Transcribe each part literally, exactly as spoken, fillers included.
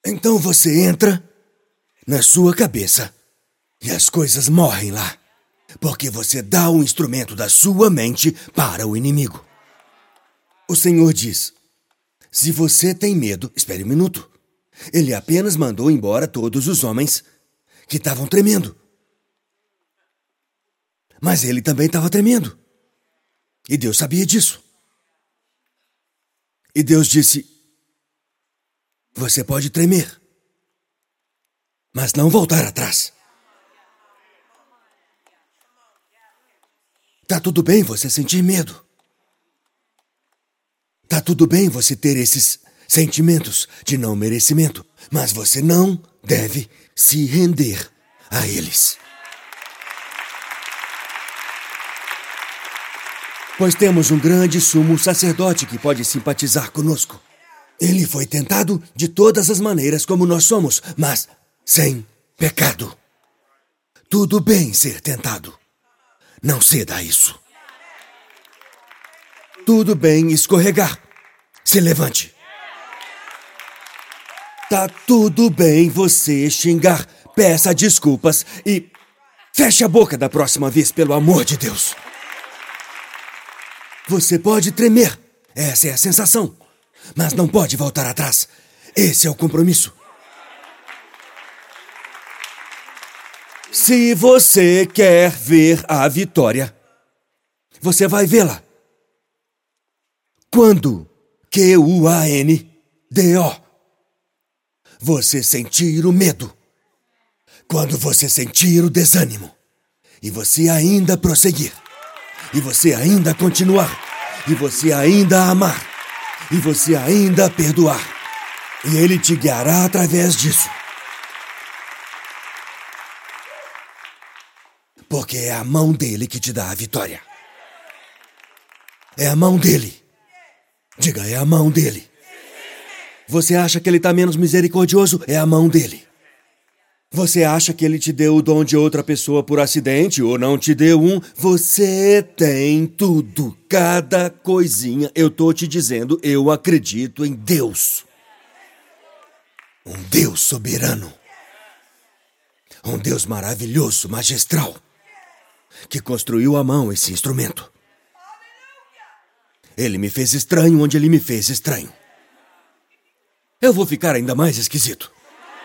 Então você entra na sua cabeça e as coisas morrem lá, porque você dá o instrumento da sua mente para o inimigo. O Senhor diz, se você tem medo, espere um minuto. Ele apenas mandou embora todos os homens que estavam tremendo. Mas ele também estava tremendo. E Deus sabia disso. E Deus disse, você pode tremer, mas não voltar atrás. Tá tudo bem você sentir medo. Tá tudo bem você ter esses sentimentos de não merecimento, mas você não deve se render a eles. Pois temos um grande sumo sacerdote que pode simpatizar conosco. Ele foi tentado de todas as maneiras como nós somos, mas sem pecado. Tudo bem ser tentado. Não ceda a isso. Tudo bem escorregar. Se levante. Tá tudo bem você xingar. Peça desculpas e feche a boca da próxima vez, pelo amor de Deus. Você pode tremer. Essa é a sensação. Mas não pode voltar atrás. Esse é o compromisso. Se você quer ver a vitória, você vai vê-la. Quando Q U A N D O você sentir o medo. Quando você sentir o desânimo. E você ainda prosseguir. E você ainda continuar. E você ainda amar. E você ainda perdoar. E Ele te guiará através disso. Porque é a mão dele que te dá a vitória. É a mão dele. Diga, é a mão dele. Você acha que ele está menos misericordioso? É a mão dele. Você acha que ele te deu o dom de outra pessoa por acidente ou não te deu um? Você tem tudo, cada coisinha. Eu tô te dizendo, eu acredito em Deus. Um Deus soberano. Um Deus maravilhoso, magistral, que construiu à mão esse instrumento. Ele me fez estranho onde ele me fez estranho. Eu vou ficar ainda mais esquisito.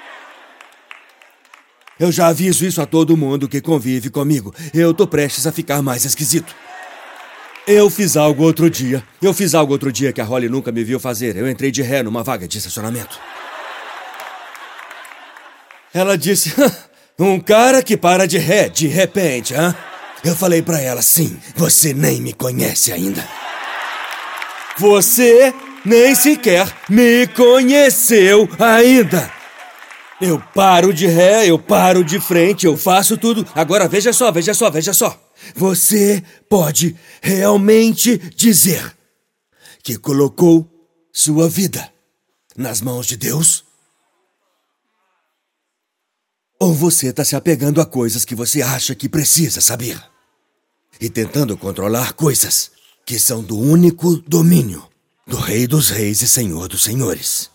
Eu já aviso isso a todo mundo que convive comigo. Eu tô prestes a ficar mais esquisito. Eu fiz algo outro dia. Eu fiz algo outro dia que a Holly nunca me viu fazer. Eu entrei de ré numa vaga de estacionamento. Ela disse, um cara que para de ré de repente, hã? Eu falei pra ela, sim, você nem me conhece ainda. Você nem sequer me conheceu ainda. Eu paro de ré, eu paro de frente, eu faço tudo. Agora veja só, veja só, veja só. Você pode realmente dizer que colocou sua vida nas mãos de Deus? Ou você está se apegando a coisas que você acha que precisa saber? E tentando controlar coisas que são do único domínio do Rei dos Reis e Senhor dos Senhores.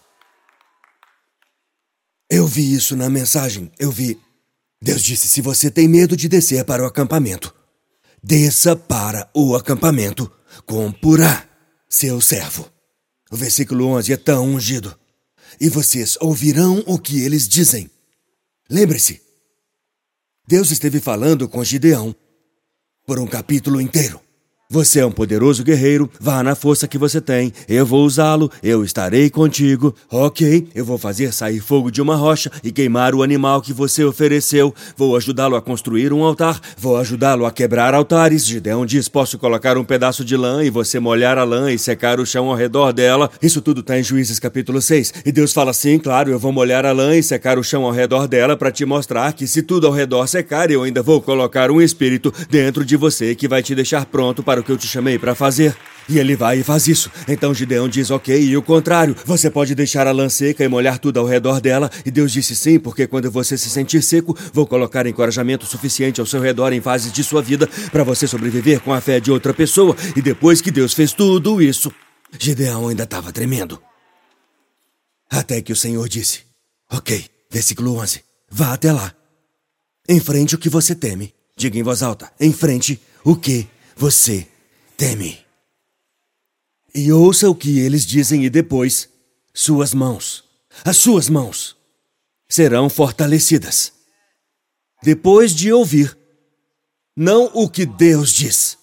Eu vi isso na mensagem, eu vi. Deus disse, se você tem medo de descer para o acampamento, desça para o acampamento com Purá, seu servo. O versículo onze é tão ungido. E vocês ouvirão o que eles dizem. Lembre-se, Deus esteve falando com Gideão por um capítulo inteiro. Você é um poderoso guerreiro, vá na força que você tem, eu vou usá-lo, eu estarei contigo. Ok, eu vou fazer sair fogo de uma rocha e queimar o animal que você ofereceu. Vou ajudá-lo a construir um altar, vou ajudá-lo a quebrar altares. Gideão diz, posso colocar um pedaço de lã e você molhar a lã e secar o chão ao redor dela. Isso tudo está em Juízes capítulo seis. E Deus fala assim, claro, eu vou molhar a lã e secar o chão ao redor dela para te mostrar que se tudo ao redor secar, eu ainda vou colocar um espírito dentro de você que vai te deixar pronto para o que eu te chamei para fazer. E ele vai e faz isso. Então Gideão diz ok, e o contrário. Você pode deixar a lã seca e molhar tudo ao redor dela. E Deus disse sim, porque quando você se sentir seco, vou colocar encorajamento suficiente ao seu redor em fases de sua vida para você sobreviver com a fé de outra pessoa. E depois que Deus fez tudo isso, Gideão ainda estava tremendo. Até que o Senhor disse, Ok, versículo onze. Vá até lá. Enfrente o que você teme. Diga em voz alta. Enfrente o que você teme. E ouça o que eles dizem e depois, suas mãos, as suas mãos, serão fortalecidas. Depois de ouvir, não o que Deus diz.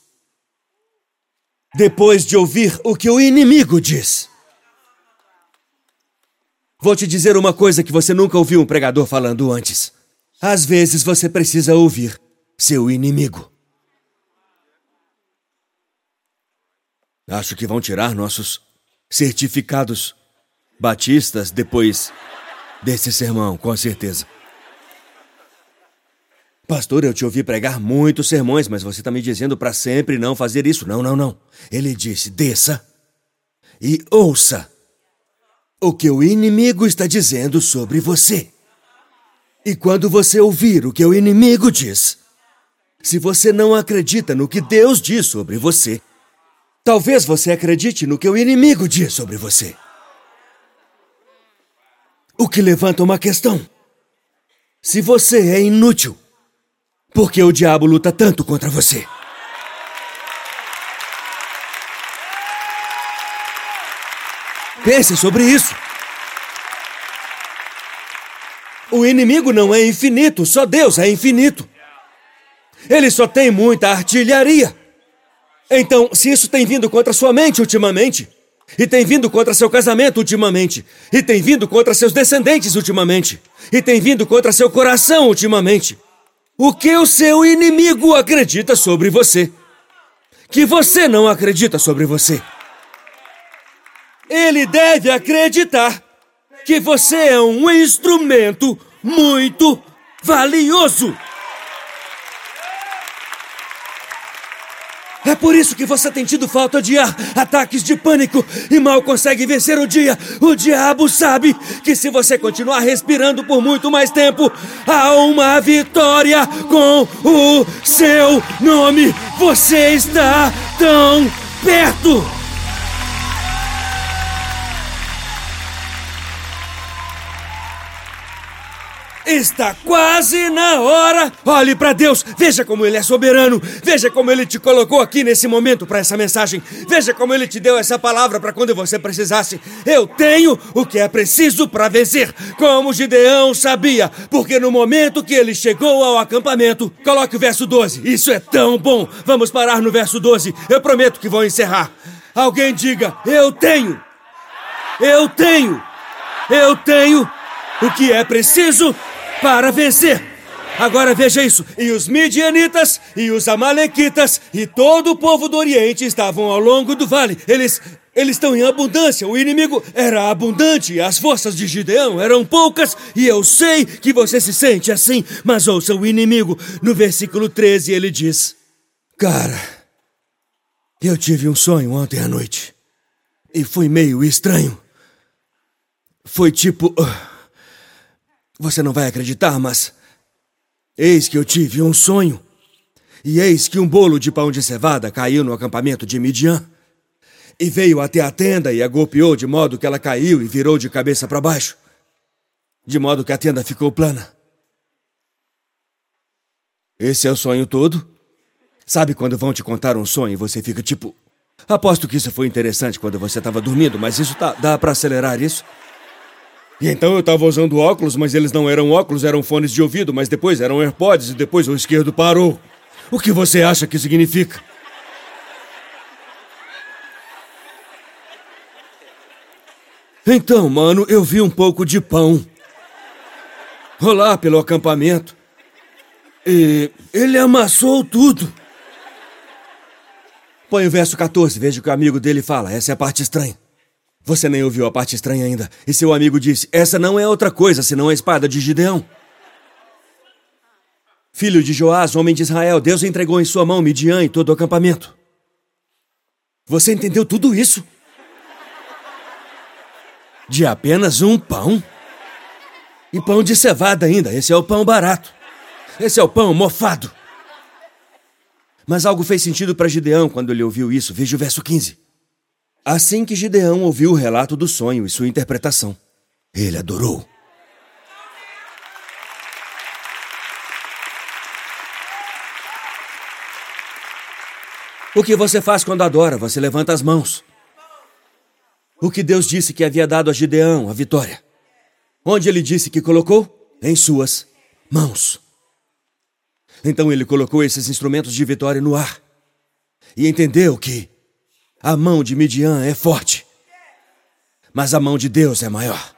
Depois de ouvir o que o inimigo diz. Vou te dizer uma coisa que você nunca ouviu um pregador falando antes. Às vezes você precisa ouvir seu inimigo. Acho que vão tirar nossos certificados batistas depois desse sermão, com certeza. Pastor, eu te ouvi pregar muitos sermões, mas você está me dizendo para sempre não fazer isso. Não, não, não. Ele disse, desça e ouça o que o inimigo está dizendo sobre você. E quando você ouvir o que o inimigo diz, se você não acredita no que Deus diz sobre você, talvez você acredite no que o inimigo diz sobre você. O que levanta uma questão. Se você é inútil, por que o diabo luta tanto contra você? Pense sobre isso. O inimigo não é infinito, só Deus é infinito. Ele só tem muita artilharia. Então, se isso tem vindo contra sua mente ultimamente, e tem vindo contra seu casamento ultimamente, e tem vindo contra seus descendentes ultimamente, e tem vindo contra seu coração ultimamente, o que o seu inimigo acredita sobre você, que você não acredita sobre você? Ele deve acreditar que você é um instrumento muito valioso. É por isso que você tem tido falta de ar, ataques de pânico e mal consegue vencer o dia. O diabo sabe que se você continuar respirando por muito mais tempo, há uma vitória com o seu nome. Você está tão perto. Está quase na hora. Olhe para Deus, veja como Ele é soberano. Veja como Ele te colocou aqui nesse momento para essa mensagem. Veja como Ele te deu essa palavra para quando você precisasse. Eu tenho o que é preciso para vencer, como Gideão sabia, porque no momento que ele chegou ao acampamento, coloque o verso doze. Isso é tão bom. Vamos parar no verso doze. Eu prometo que vou encerrar. Alguém diga, eu tenho. Eu tenho. Eu tenho o que é preciso para vencer. Agora veja isso. E os midianitas e os amalequitas e todo o povo do Oriente estavam ao longo do vale. Eles, eles estão em abundância. O inimigo era abundante e as forças de Gideão eram poucas. E eu sei que você se sente assim. Mas ouça o inimigo. No versículo treze ele diz: cara, eu tive um sonho ontem à noite. E foi meio estranho. Foi tipo... Você não vai acreditar, mas... Eis que eu tive um sonho. E eis que um bolo de pão de cevada caiu no acampamento de Midian. E veio até a tenda e a golpeou de modo que ela caiu e virou de cabeça para baixo. De modo que a tenda ficou plana. Esse é o sonho todo? Sabe quando vão te contar um sonho e você fica tipo... Aposto que isso foi interessante quando você estava dormindo, mas isso tá, dá para acelerar isso? E então eu estava usando óculos, mas eles não eram óculos, eram fones de ouvido, mas depois eram AirPods e depois o esquerdo parou. O que você acha que significa? Então, mano, eu vi um pouco de pão rolar pelo acampamento e ele amassou tudo. Põe o verso quatorze, veja o que o amigo dele fala, essa é a parte estranha. Você nem ouviu a parte estranha ainda. E seu amigo disse, essa não é outra coisa senão a espada de Gideão. Filho de Joás, homem de Israel, Deus entregou em sua mão Midian e todo o acampamento. Você entendeu tudo isso? De apenas um pão? E pão de cevada ainda, esse é o pão barato. Esse é o pão mofado. Mas algo fez sentido para Gideão quando ele ouviu isso. Veja o verso quinze. Assim que Gideão ouviu o relato do sonho e sua interpretação, ele adorou. O que você faz quando adora? Você levanta as mãos. O que Deus disse que havia dado a Gideão, a vitória? Onde ele disse que colocou? Em suas mãos. Então ele colocou esses instrumentos de vitória no ar. E entendeu que a mão de Midian é forte, mas a mão de Deus é maior.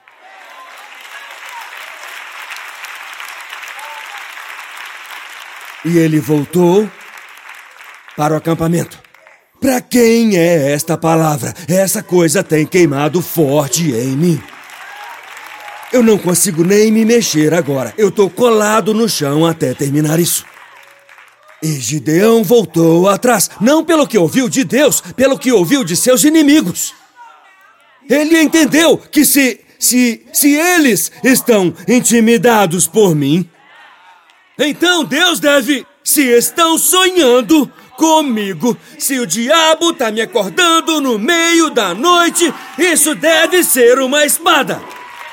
E ele voltou para o acampamento. Para quem é esta palavra? Essa coisa tem queimado forte em mim. Eu não consigo nem me mexer agora. Eu tô colado no chão até terminar isso. E Gideão voltou atrás, não pelo que ouviu de Deus, pelo que ouviu de seus inimigos. Ele entendeu que se, se, se eles estão intimidados por mim, então Deus deve... Se estão sonhando comigo, se o diabo tá me acordando no meio da noite, isso deve ser uma espada.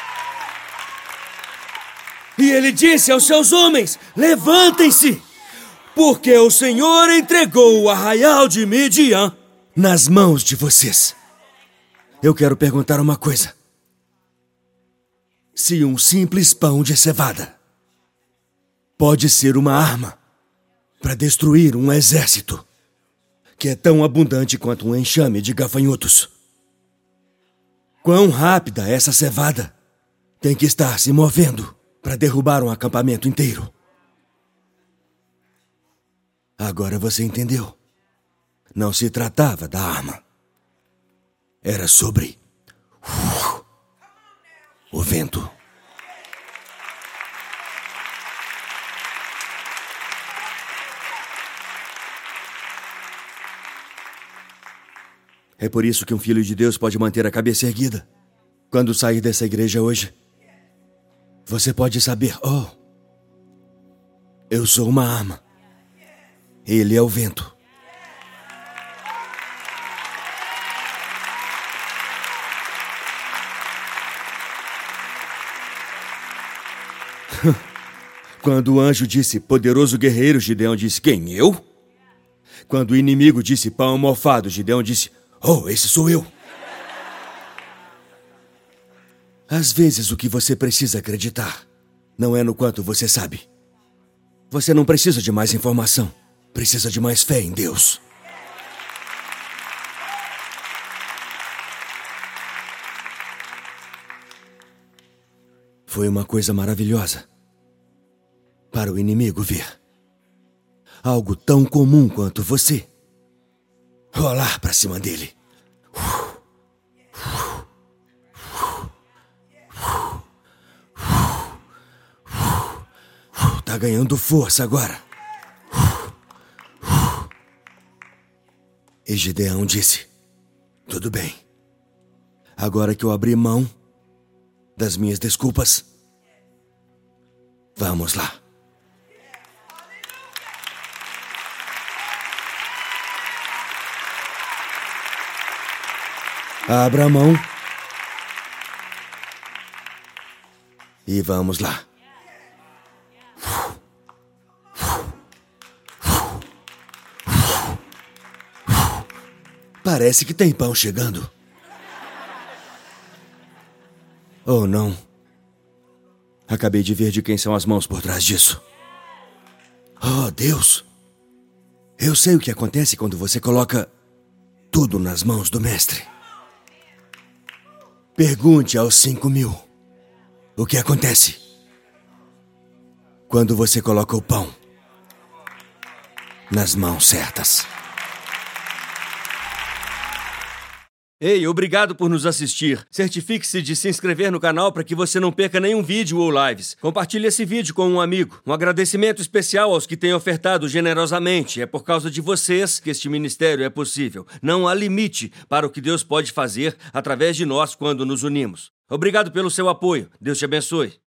E ele disse aos seus homens, levantem-se, porque o Senhor entregou o arraial de Midian nas mãos de vocês. Eu quero perguntar uma coisa. Se um simples pão de cevada pode ser uma arma para destruir um exército que é tão abundante quanto um enxame de gafanhotos, quão rápida essa cevada tem que estar se movendo para derrubar um acampamento inteiro? Agora você entendeu. Não se tratava da arma. Era sobre uh, o vento. É por isso que um filho de Deus pode manter a cabeça erguida. Quando sair dessa igreja hoje, você pode saber, oh, eu sou uma arma. Ele é o vento. Quando o anjo disse, poderoso guerreiro, Gideão disse, quem, eu? Quando o inimigo disse, pão mofado, Gideão disse, oh, esse sou eu. Às vezes o que você precisa acreditar não é no quanto você sabe. Você não precisa de mais informação. Precisa de mais fé em Deus. Foi uma coisa maravilhosa para o inimigo ver algo tão comum quanto você rolar para cima dele. Tá ganhando força agora. E Gideão disse, tudo bem. Agora que eu abri mão das minhas desculpas, vamos lá. Abra a mão. E vamos lá. Parece que tem pão chegando. Oh, não. Acabei de ver de quem são as mãos por trás disso. Oh, Deus. Eu sei o que acontece quando você coloca tudo nas mãos do mestre. Pergunte aos cinco mil o que acontece quando você coloca o pão nas mãos certas. Ei, obrigado por nos assistir. Certifique-se de se inscrever no canal para que você não perca nenhum vídeo ou lives. Compartilhe esse vídeo com um amigo. Um agradecimento especial aos que têm ofertado generosamente. É por causa de vocês que este ministério é possível. Não há limite para o que Deus pode fazer através de nós quando nos unimos. Obrigado pelo seu apoio. Deus te abençoe.